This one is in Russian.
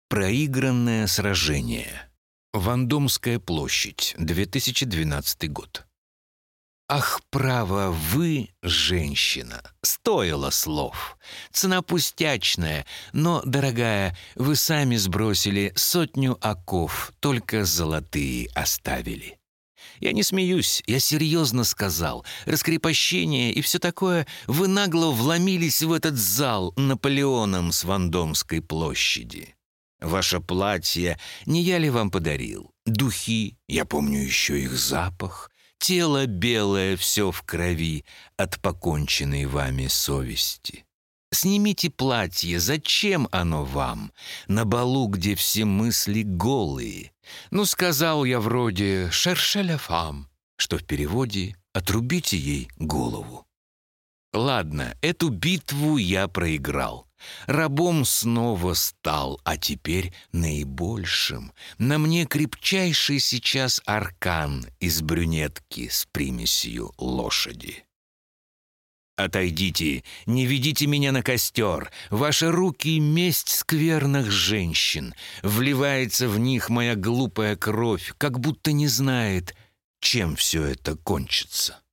Проигранное сражение. Вандомская площадь, 2012 год. Ах, право, вы, женщина, стоило слов. Цена пустячная, но, дорогая, вы сами сбросили 100 оков, только золотые оставили. Я не смеюсь, я серьезно сказал. Раскрепощение и все такое, вы нагло вломились в этот зал Наполеоном с Вандомской площади. Ваше платье не я ли вам подарил? Духи, я помню еще их запах. Тело белое, все в крови от поконченной вами совести. Снимите платье, зачем оно вам? На балу, где все мысли голые. Ну, сказал я вроде «шерше ля фам», что в переводе «отрубите ей голову». Ладно, эту битву я проиграл. Рабом снова стал, а теперь наибольшим. На мне крепчайший сейчас аркан из брюнетки с примесью лошади. Отойдите, не ведите меня на костер. Ваши руки — месть скверных женщин. Вливается в них моя глупая кровь, как будто не знает, чем все это кончится.